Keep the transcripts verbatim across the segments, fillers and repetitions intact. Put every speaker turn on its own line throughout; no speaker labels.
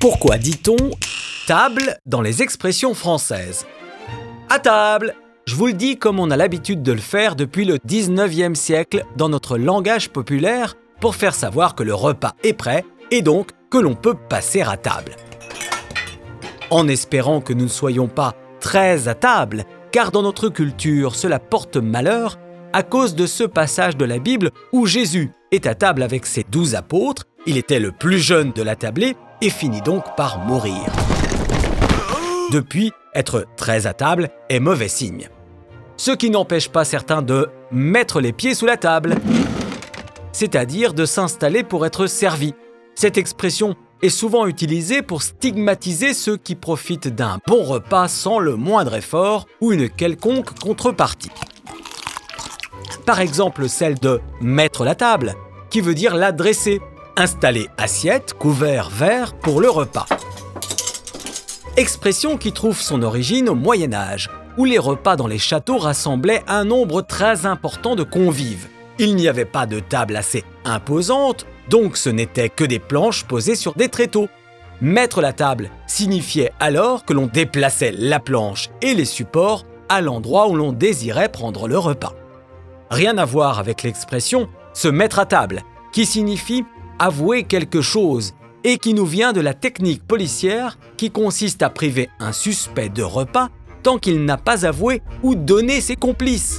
Pourquoi dit-on « table » dans les expressions françaises ? À table, je vous le dis comme on a l'habitude de le faire depuis le dix-neuvième siècle dans notre langage populaire pour faire savoir que le repas est prêt et donc que l'on peut passer à table. En espérant que nous ne soyons pas très à table, car dans notre culture cela porte malheur à cause de ce passage de la Bible où Jésus est à table avec ses douze apôtres, il était le plus jeune de la tablée et finit donc par mourir. Depuis, être très à table est mauvais signe. Ce qui n'empêche pas certains de mettre les pieds sous la table, c'est-à-dire de s'installer pour être servi. Cette expression est souvent utilisée pour stigmatiser ceux qui profitent d'un bon repas sans le moindre effort ou une quelconque contrepartie. Par exemple, celle de « mettre la table », qui veut dire la dresser, installer assiette, couvert, verre pour le repas. Expression qui trouve son origine au Moyen-Âge, où les repas dans les châteaux rassemblaient un nombre très important de convives. Il n'y avait pas de table assez imposante, donc ce n'étaient que des planches posées sur des tréteaux. Mettre la table signifiait alors que l'on déplaçait la planche et les supports à l'endroit où l'on désirait prendre le repas. Rien à voir avec l'expression « se mettre à table », qui signifie avouer quelque chose et qui nous vient de la technique policière qui consiste à priver un suspect de repas tant qu'il n'a pas avoué ou donné ses complices.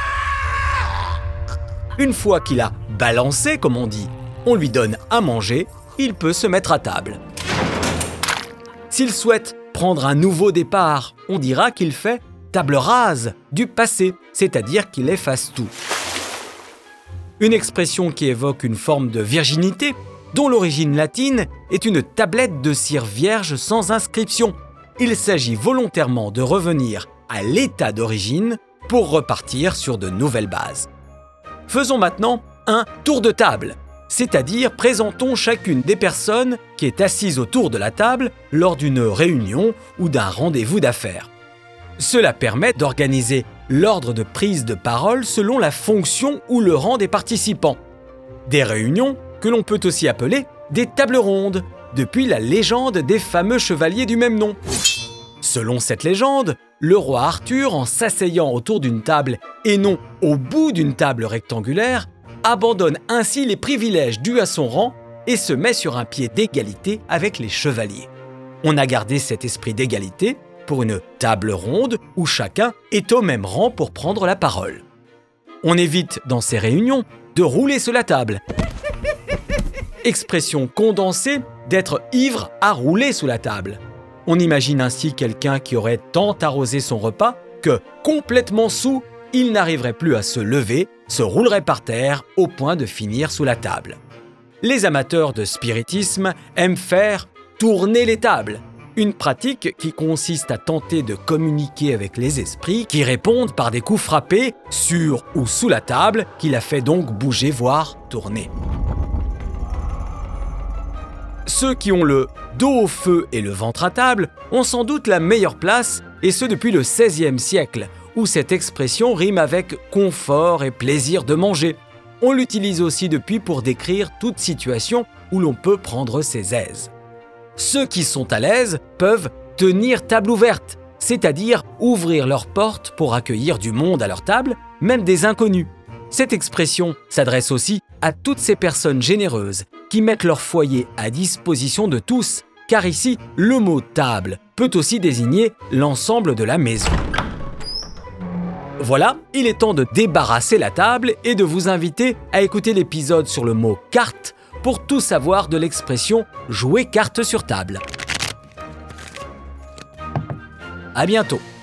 Une fois qu'il a balancé, comme on dit, on lui donne à manger, il peut se mettre à table. S'il souhaite prendre un nouveau départ, on dira qu'il fait table rase du passé, c'est-à-dire qu'il efface tout. Une expression qui évoque une forme de virginité, dont l'origine latine est une tablette de cire vierge sans inscription. Il s'agit volontairement de revenir à l'état d'origine pour repartir sur de nouvelles bases. Faisons maintenant un tour de table, c'est-à-dire présentons chacune des personnes qui est assise autour de la table lors d'une réunion ou d'un rendez-vous d'affaires. Cela permet d'organiser l'ordre de prise de parole selon la fonction ou le rang des participants. Des réunions que l'on peut aussi appeler des tables rondes, depuis la légende des fameux chevaliers du même nom. Selon cette légende, le roi Arthur, en s'asseyant autour d'une table et non au bout d'une table rectangulaire, abandonne ainsi les privilèges dus à son rang et se met sur un pied d'égalité avec les chevaliers. On a gardé cet esprit d'égalité pour une table ronde où chacun est au même rang pour prendre la parole. On évite dans ces réunions de rouler sur la table. Expression condensée d'être ivre à rouler sous la table. On imagine ainsi quelqu'un qui aurait tant arrosé son repas que, complètement saoul, il n'arriverait plus à se lever, se roulerait par terre au point de finir sous la table. Les amateurs de spiritisme aiment faire tourner les tables, une pratique qui consiste à tenter de communiquer avec les esprits qui répondent par des coups frappés sur ou sous la table qui la fait donc bouger voire tourner. Ceux qui ont le dos au feu et le ventre à table ont sans doute la meilleure place, et ce depuis le seizième siècle, où cette expression rime avec confort et plaisir de manger. On l'utilise aussi depuis pour décrire toute situation où l'on peut prendre ses aises. Ceux qui sont à l'aise peuvent tenir table ouverte, c'est-à-dire ouvrir leurs portes pour accueillir du monde à leur table, même des inconnus. Cette expression s'adresse aussi à toutes ces personnes généreuses qui mettent leur foyer à disposition de tous, car ici, le mot « table » peut aussi désigner l'ensemble de la maison. Voilà, il est temps de débarrasser la table et de vous inviter à écouter l'épisode sur le mot « carte » pour tout savoir de l'expression « jouer carte sur table ». À bientôt.